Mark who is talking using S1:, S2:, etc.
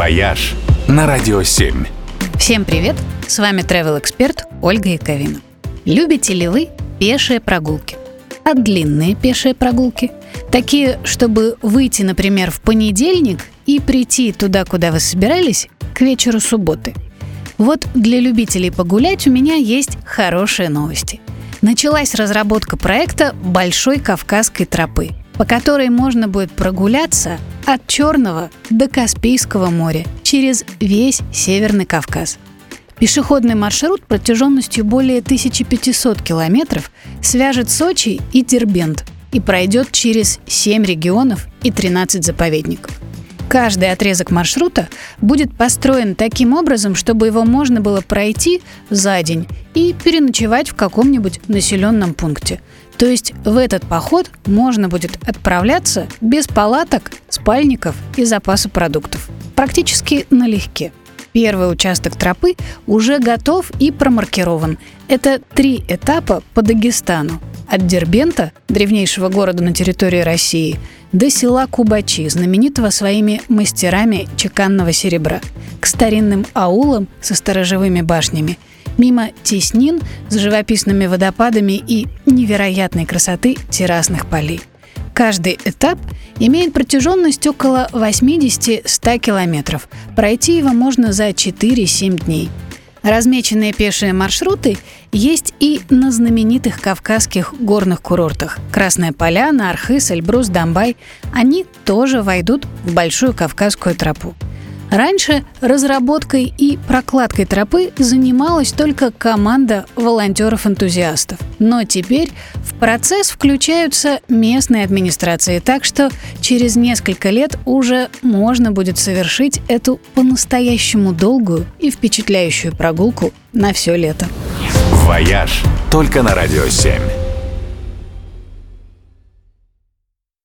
S1: «Вояж» на Радио 7.
S2: Всем привет! С вами travel-эксперт Ольга Яковина. Любите ли вы пешие прогулки? А длинные пешие прогулки? Такие, чтобы выйти, например, в понедельник и прийти туда, куда вы собирались, к вечеру субботы. Вот для любителей погулять у меня есть хорошие новости. Началась разработка проекта Большой Кавказской тропы, по которой можно будет прогуляться от Черного до Каспийского моря через весь Северный Кавказ. Пешеходный маршрут протяженностью более 1500 километров свяжет Сочи и Дербент и пройдет через 7 регионов и 13 заповедников. Каждый отрезок маршрута будет построен таким образом, чтобы его можно было пройти за день и переночевать в каком-нибудь населенном пункте. То есть в этот поход можно будет отправляться без палаток, спальников и запаса продуктов. Практически налегке. Первый участок тропы уже готов и промаркирован. Это 3 этапа по Дагестану. От Дербента, древнейшего города на территории России, до села Кубачи, знаменитого своими мастерами чеканного серебра, к старинным аулам со сторожевыми башнями, мимо теснин с живописными водопадами и невероятной красоты террасных полей. Каждый этап имеет протяженность около 80-100 километров. Пройти его можно за 4-7 дней. Размеченные пешие маршруты есть и на знаменитых кавказских горных курортах. Красная Поляна, Архыз, Эльбрус, Домбай. Они тоже войдут в Большую Кавказскую тропу. Раньше разработкой и прокладкой тропы занималась только команда волонтеров-энтузиастов. Но теперь в процесс включаются местные администрации, так что через несколько лет уже можно будет совершить эту по-настоящему долгую и впечатляющую прогулку на все лето.
S1: «Вояж» только на Радио 7.